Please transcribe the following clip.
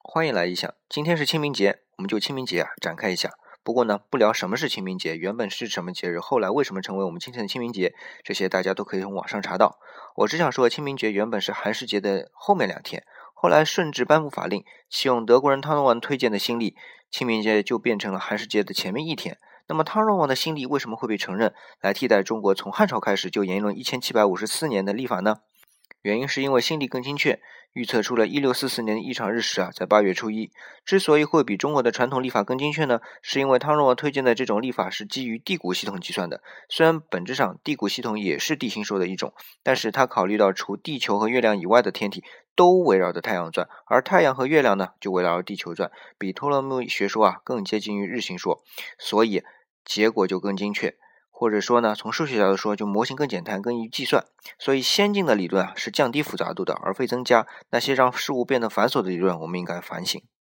欢迎来异想，今天是清明节，我们就清明节展开一下。不过呢，不聊什么是清明节，原本是什么节日，后来为什么成为我们今天的清明节，这些大家都可以从网上查到。我只想说，清明节原本是寒食节的后面2天，后来顺治颁布法令，启用德国人汤若望推荐的新历，清明节就变成了寒食节的前面1天。那么汤若望的新历为什么会被承认，来替代中国从汉朝开始就沿用1754年的历法呢？原因是因为新历更精确，预测出了1644年的异常日时在8月初1。之所以会比中国的传统历法更精确呢，是因为汤若望推荐的这种历法是基于地谷系统计算的。虽然本质上地谷系统也是地心说的一种，但是它考虑到除地球和月亮以外的天体都围绕着太阳转，而太阳和月亮呢就围绕着地球转，比托勒密学说更接近于日心说，所以结果就更精确。或者说呢，从数学角度说，就模型更简单，更易于计算。所以先进的理论是降低复杂度的，而非增加。那些让事物变得繁琐的理论，我们应该反省。